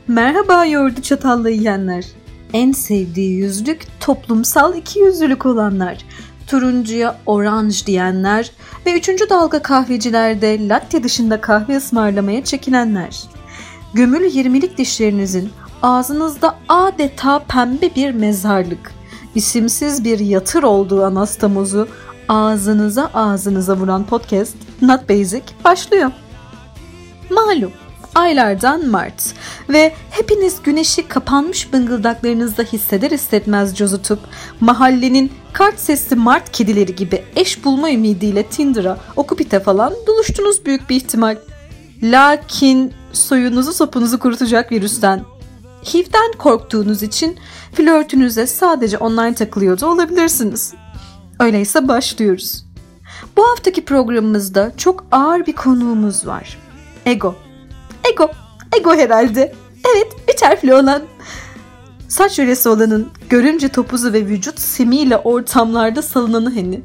Merhaba yoğurdu çatalla yiyenler. En sevdiği yüzlük toplumsal ikiyüzlülük olanlar. Turuncuya oranj diyenler ve 3. dalga kahvecilerde latte dışında kahve ısmarlamaya çekinenler. Gömülü 20'lik dişlerinizin ağzınızda adeta pembe bir mezarlık, isimsiz bir yatır olduğu anastamozu ağzınıza vuran podcast Not Basic başlıyor. Malum aylardan Mart ve hepiniz güneşi kapanmış bıngıldaklarınızda hisseder hissetmez cozutup mahallenin kart sesli Mart kedileri gibi eş bulma ümidiyle Tinder'a, Okupit'e falan buluştunuz büyük bir ihtimal. Lakin soyunuzu sopunuzu kurutacak virüsten, HIV'den korktuğunuz için flörtünüze sadece online takılıyor da olabilirsiniz. Öyleyse başlıyoruz. Bu haftaki programımızda çok ağır bir konuğumuz var. Ego herhalde. Evet, 3 harfli olan. Saç yöresi olanın, görünce topuzu ve vücut simiyle ortamlarda salınanı hani.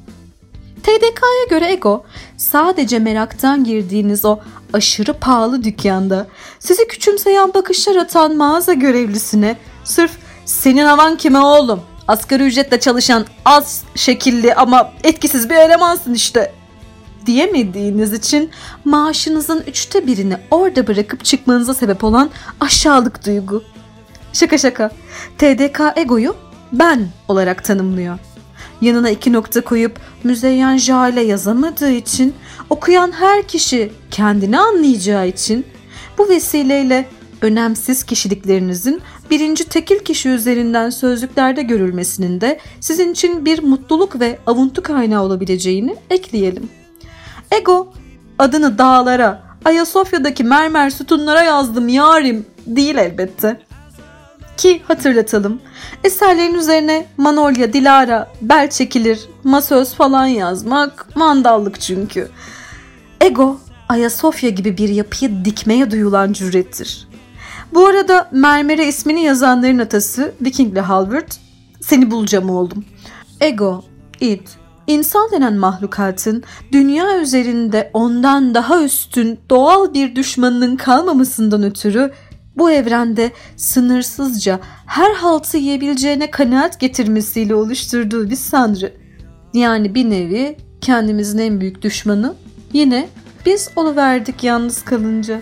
TDK'ya göre ego, sadece meraktan girdiğiniz o aşırı pahalı dükkanda sizi küçümseyen bakışlar atan mağaza görevlisine sırf "senin havan kime oğlum? Asgari ücretle çalışan az şekilli ama etkisiz bir elemansın işte" diyemediğiniz için maaşınızın 1/3'ünü orada bırakıp çıkmanıza sebep olan aşağılık duygu. Şaka. TDK egoyu ben olarak tanımlıyor. Yanına 2 nokta koyup müzeyyen jale yazamadığı için, okuyan her kişi kendini anlayacağı için, bu vesileyle önemsiz kişiliklerinizin birinci tekil kişi üzerinden sözlüklerde görülmesinin de sizin için bir mutluluk ve avuntu kaynağı olabileceğini ekleyelim. Ego, adını dağlara, Ayasofya'daki mermer sütunlara yazdım yarim değil elbette. Ki hatırlatalım, eserlerin üzerine Manolya, Dilara, bel çekilir, masöz falan yazmak vandallık çünkü. Ego, Ayasofya gibi bir yapıyı dikmeye duyulan cürettir. Bu arada mermere ismini yazanların atası Vikingli Halvard, seni bulacağım oğlum. Ego, id, İnsan denen mahlukatın dünya üzerinde ondan daha üstün doğal bir düşmanının kalmamasından ötürü bu evrende sınırsızca her haltı yiyebileceğine kanaat getirmesiyle oluşturduğu bir sanrı. Yani bir nevi kendimizin en büyük düşmanı yine biz oluverdik yalnız kalınca.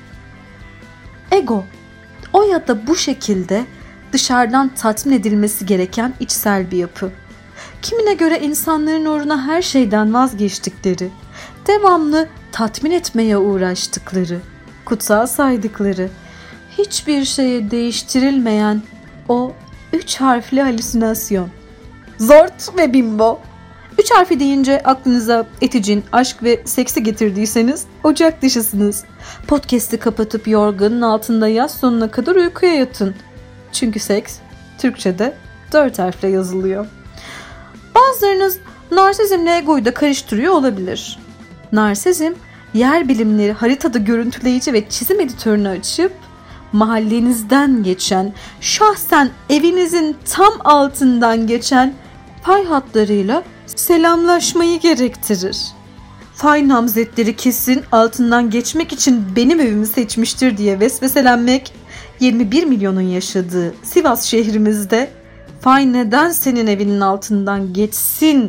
Ego, o ya da bu şekilde dışarıdan tatmin edilmesi gereken içsel bir yapı. Kimine göre insanların uğruna her şeyden vazgeçtikleri, devamlı tatmin etmeye uğraştıkları, kutsal saydıkları, hiçbir şeye değiştirilmeyen o 3 harfli halüsinasyon. Zort ve bimbo. 3 harfi deyince aklınıza eticin, aşk ve seksi getirdiyseniz ocak dışısınız. Podcast'ı kapatıp yorganın altında yaz sonuna kadar uykuya yatın. Çünkü seks Türkçe'de 4 harfle yazılıyor. Bazılarınız narsizmle egoyu da karıştırıyor olabilir. Narsizm, yer bilimleri haritada görüntüleyici ve çizim editörünü açıp mahallenizden geçen, şahsen evinizin tam altından geçen fay hatlarıyla selamlaşmayı gerektirir. Fay namzetleri kesin altından geçmek için benim evimi seçmiştir diye vesveselenmek, 21 milyonun yaşadığı Sivas şehrimizde fay neden senin evinin altından geçsin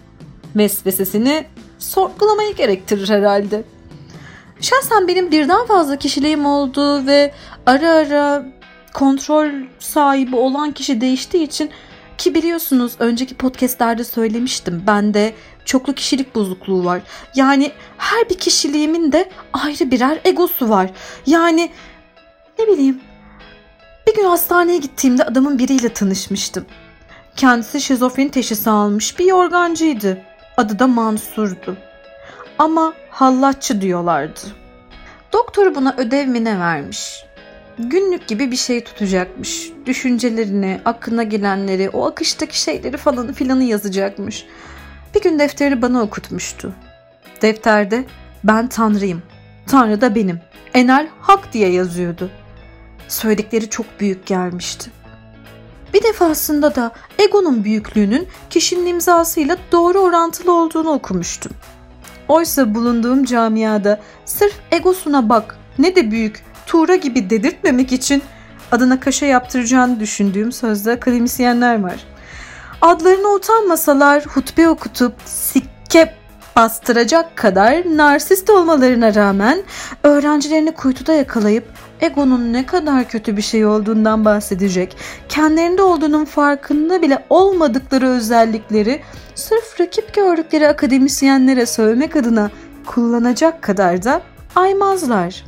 vesvesesini sorgulamayı gerektirir herhalde. Şahsen benim birden fazla kişiliğim olduğu ve ara ara kontrol sahibi olan kişi değiştiği için, ki biliyorsunuz önceki podcastlerde söylemiştim, bende çoklu kişilik bozukluğu var. Yani her bir kişiliğimin de ayrı birer egosu var. Yani ne bileyim, bir gün hastaneye gittiğimde adamın biriyle tanışmıştım. Kendisi şizofreni teşhisi almış bir yorgancıydı. Adı da Mansur'du. Ama hallatçı diyorlardı. Doktor buna ödev mi ne vermiş? Günlük gibi bir şey tutacakmış. Düşüncelerini, aklına gelenleri, o akıştaki şeyleri falan filanı yazacakmış. Bir gün defteri bana okutmuştu. Defterde "Ben Tanrıyım, Tanrı da benim, Enel Hak" diye yazıyordu. Söyledikleri çok büyük gelmişti. Bir defasında da egonun büyüklüğünün kişinin imzasıyla doğru orantılı olduğunu okumuştum. Oysa bulunduğum camiada sırf egosuna bak ne de büyük Tuğra gibi dedirtmemek için adına kaşe yaptıracağını düşündüğüm sözde akademisyenler var. Adlarına utanmasalar hutbe okutup sikke bastıracak kadar narsist olmalarına rağmen öğrencilerini kuytuda yakalayıp egonun ne kadar kötü bir şey olduğundan bahsedecek, kendilerinde olduğunun farkında bile olmadıkları özellikleri sırf rakip gördükleri akademisyenlere sövmek adına kullanacak kadar da aymazlar.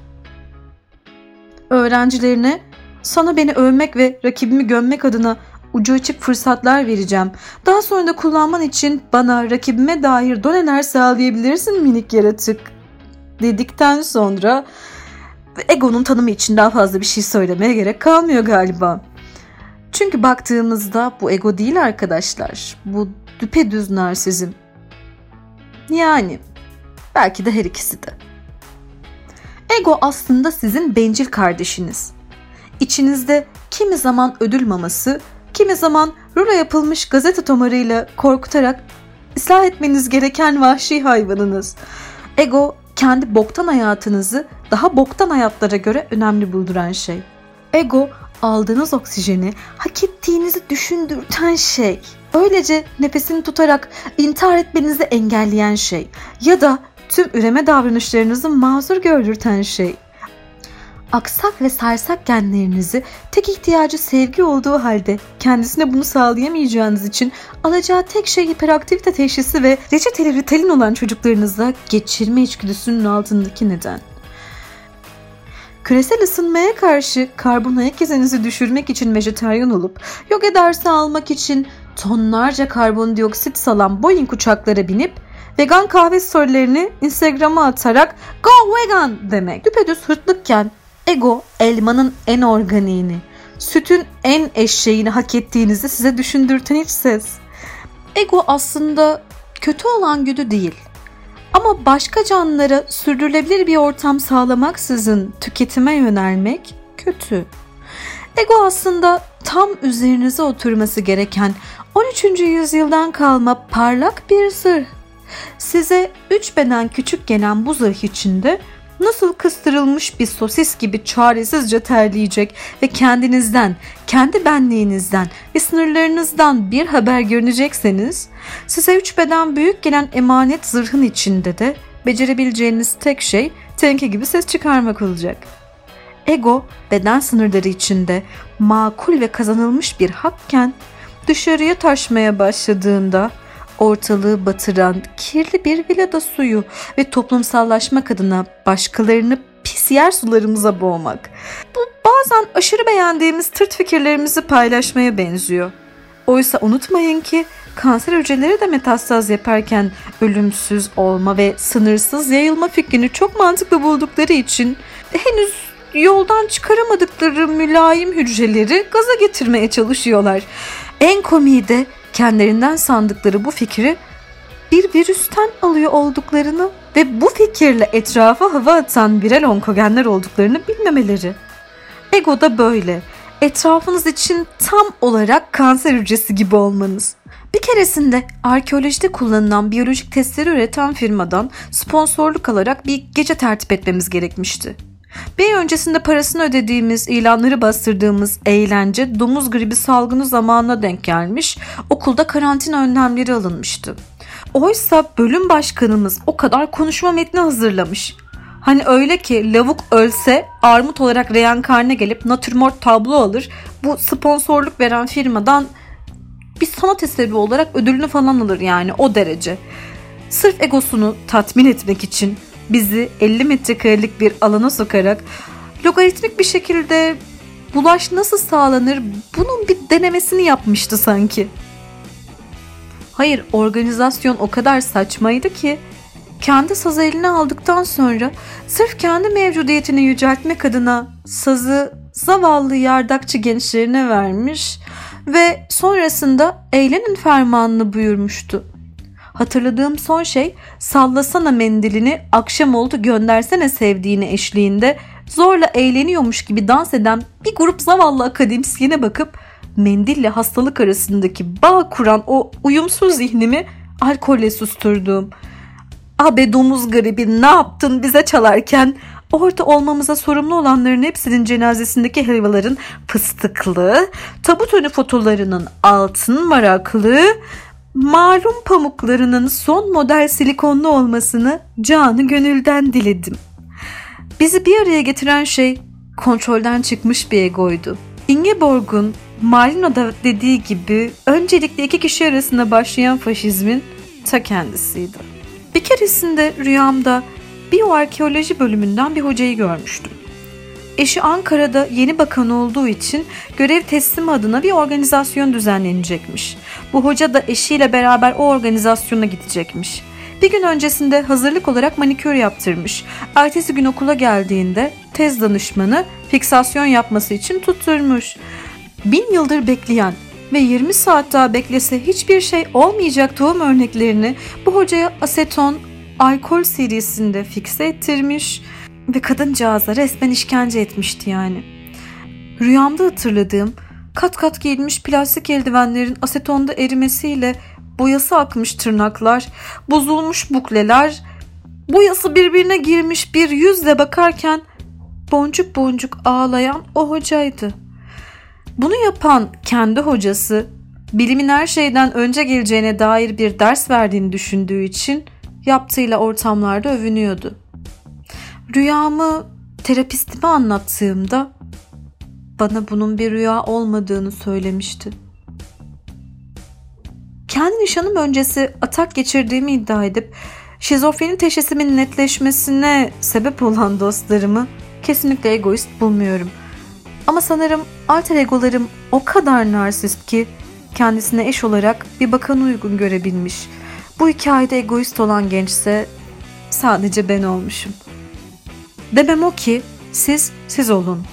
Öğrencilerine sana beni övmek ve rakibimi gömmek adına ucu açık fırsatlar vereceğim. Daha sonra da kullanman için bana rakibime dair doneler sağlayabilirsin minik yaratık dedikten sonra egonun tanımı için daha fazla bir şey söylemeye gerek kalmıyor galiba. Çünkü baktığımızda bu ego değil arkadaşlar. Bu düpedüz narsizm. Yani belki de her ikisi de. Ego aslında sizin bencil kardeşiniz. İçinizde kimi zaman ödül maması, kimi zaman rulo yapılmış gazete tomarıyla korkutarak ıslah etmeniz gereken vahşi hayvanınız. Ego kendi boktan hayatınızı daha boktan hayatlara göre önemli bulduran şey. Ego aldığınız oksijeni hak ettiğinizi düşündürten şey. Öylece nefesini tutarak intihar etmenizi engelleyen şey. Ya da tüm üreme davranışlarınızı mazur gördürten şey. Aksak ve sarsak genlerinizi tek ihtiyacı sevgi olduğu halde kendisine bunu sağlayamayacağınız için alacağı tek şey hiperaktivite teşhisi ve reçeteli Ritalin olan çocuklarınızla geçirme içgüdüsünün altındaki neden. Küresel ısınmaya karşı karbon ayak izinizi düşürmek için vejetaryen olup yoga dersi almak için tonlarca karbondioksit salan Boeing uçaklara binip vegan kahve storylerini Instagram'a atarak "Go vegan!" demek. Düpedüz hırtlıkken ego elmanın en organiğini, sütün en eşeğini hak ettiğinizi size düşündürten hiç ses. Ego aslında kötü olan güdü değil. Ama başka canlılara sürdürülebilir bir ortam sağlamaksızın tüketime yönelmek kötü. Ego aslında tam üzerinize oturması gereken 13. yüzyıldan kalma parlak bir zırh. Size 3 beden küçük gelen bu zırh içinde nasıl kıstırılmış bir sosis gibi çaresizce terleyecek ve kendinizden, kendi benliğinizden ve sınırlarınızdan bir haber görünecekseniz, size 3 beden büyük gelen emanet zırhın içinde de becerebileceğiniz tek şey teneke gibi ses çıkarmak olacak. Ego, beden sınırları içinde makul ve kazanılmış bir hakken, dışarıya taşmaya başladığında ortalığı batıran kirli bir vilada suyu ve toplumsallaşmak adına başkalarını pis yer sularımıza boğmak. Bu bazen aşırı beğendiğimiz tırt fikirlerimizi paylaşmaya benziyor. Oysa unutmayın ki kanser hücreleri de metastaz yaparken ölümsüz olma ve sınırsız yayılma fikrini çok mantıklı buldukları için henüz yoldan çıkaramadıkları mülayim hücreleri gaza getirmeye çalışıyorlar. En komiği de kendilerinden sandıkları bu fikri bir virüsten alıyor olduklarını ve bu fikirle etrafa hava atan viral onkogenler olduklarını bilmemeleri. Ego da böyle. Etrafınız için tam olarak kanser hücresi gibi olmanız. Bir keresinde arkeolojide kullanılan biyolojik testleri üreten firmadan sponsorluk alarak bir gece tertip etmemiz gerekmişti. Bir ay öncesinde parasını ödediğimiz, ilanları bastırdığımız eğlence domuz gribi salgını zamanına denk gelmiş, okulda karantina önlemleri alınmıştı. Oysa bölüm başkanımız o kadar konuşma metni hazırlamış. Hani öyle ki lavuk ölse armut olarak reenkarne gelip natürmort tablo alır, bu sponsorluk veren firmadan bir sanat eseri olarak ödülünü falan alır, yani o derece. Sırf egosunu tatmin etmek için bizi 50 metrekarelik bir alana sokarak logaritmik bir şekilde bulaş nasıl sağlanır bunun bir denemesini yapmıştı sanki. Hayır, organizasyon o kadar saçmaydı ki kendi sazı eline aldıktan sonra sırf kendi mevcudiyetini yüceltmek adına sazı zavallı yardakçı gençlerine vermiş ve sonrasında eğlenin fermanını buyurmuştu. Hatırladığım son şey, sallasana mendilini, akşam oldu göndersene sevdiğini eşliğinde zorla eğleniyormuş gibi dans eden bir grup zavallı akademisyene bakıp mendille hastalık arasındaki bağ kuran o uyumsuz zihnimi alkolle susturduğum. Abe domuz garibi ne yaptın bize çalarken Orada olmamıza sorumlu olanların hepsinin cenazesindeki helvaların fıstıklı, tabut önü fotolarının altın varaklı, malum pamuklarının son model silikonlu olmasını canı gönülden diledim. Bizi bir araya getiren şey kontrolden çıkmış bir egoydu. Ingeborg'un Marino'da dediği gibi öncelikle iki kişi arasında başlayan faşizmin ta kendisiydi. Bir keresinde rüyamda biyoarkeoloji bölümünden bir hocayı görmüştüm. Eşi Ankara'da yeni bakan olduğu için görev teslimi adına bir organizasyon düzenlenecekmiş. Bu hoca da eşiyle beraber o organizasyona gidecekmiş. Bir gün öncesinde hazırlık olarak manikür yaptırmış. Ertesi gün okula geldiğinde tez danışmanı fiksasyon yapması için tutturmuş. 1000 yıldır bekleyen ve 20 saat daha beklese hiçbir şey olmayacak tohum örneklerini bu hocaya aseton, alkol serisinde fikse ettirmiş ve kadıncağıza resmen işkence etmişti yani. Rüyamda hatırladığım kat kat giyilmiş plastik eldivenlerin asetonda erimesiyle boyası akmış tırnaklar, bozulmuş bukleler, boyası birbirine girmiş bir yüzle bakarken boncuk boncuk ağlayan o hocaydı. Bunu yapan kendi hocası, bilimin her şeyden önce geleceğine dair bir ders verdiğini düşündüğü için yaptığıyla ortamlarda övünüyordu. Rüyamı terapistime anlattığımda bana bunun bir rüya olmadığını söylemişti. Kendi nişanım öncesi atak geçirdiğimi iddia edip şizofreni teşhisimin netleşmesine sebep olan dostlarımı kesinlikle egoist bulmuyorum. Ama sanırım alter egolarım o kadar narsist ki kendisine eş olarak bir bakanı uygun görebilmiş. Bu hikayede egoist olan gençse sadece ben olmuşum. Demem o ki siz olun.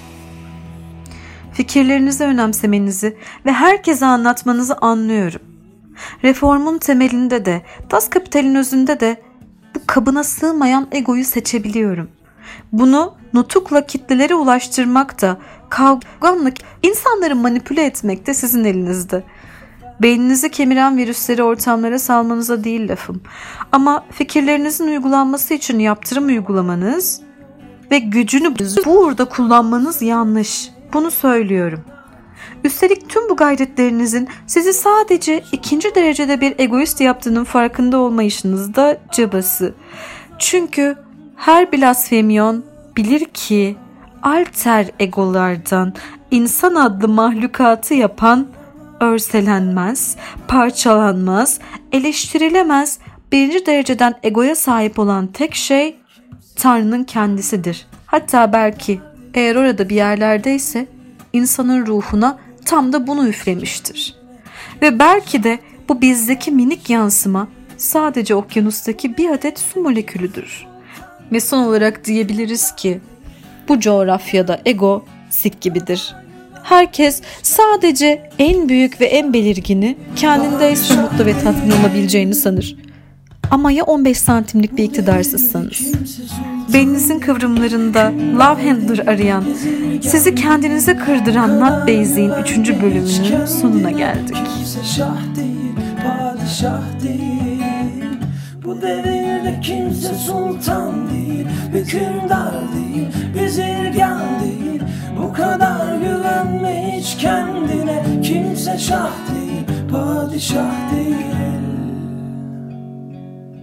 Fikirlerinizi önemsemenizi ve herkese anlatmanızı anlıyorum. Reformun temelinde de, Das Kapital'in özünde de bu kabına sığmayan egoyu seçebiliyorum. Bunu nutukla kitlelere ulaştırmak da, kavganla insanları manipüle etmek de sizin elinizde. Beyninizi kemiren virüsleri ortamlara salmanıza değil lafım. Ama fikirlerinizin uygulanması için yaptırım uygulamanız ve gücünü bu uğurda kullanmanız yanlış. Bunu söylüyorum. Üstelik tüm bu gayretlerinizin sizi sadece ikinci derecede bir egoist yaptığının farkında olmayışınız da cabası. Çünkü her blasfemyon bilir ki alter egolardan insan adlı mahlukatı yapan örselenmez, parçalanmaz, eleştirilemez birinci dereceden egoya sahip olan tek şey Tanrı'nın kendisidir. Hatta belki eğer orada bir yerlerdeyse insanın ruhuna tam da bunu üflemiştir. Ve belki de bu bizdeki minik yansıma sadece okyanustaki bir adet su molekülüdür. Ve son olarak diyebiliriz ki bu coğrafyada ego sik gibidir. Herkes sadece en büyük ve en belirgini kendindeyse mutlu ve tatmin olabileceğini sanır. Ama ya 15 santimlik bir iktidarsızsanız? Beyninizin kıvrımlarında love handler arayan, sizi kendinize kırdıran Not Basic'in 3. bölümünün sonuna geldik. Şah değil, padişah değil. Bu devirde kimse sultan değil, hükümdar değil, bezirgan değil. Bu kadar güvenme hiç kendine. Kimse şah değil, padişah değil.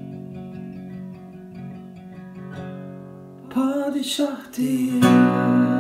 Padişah değil.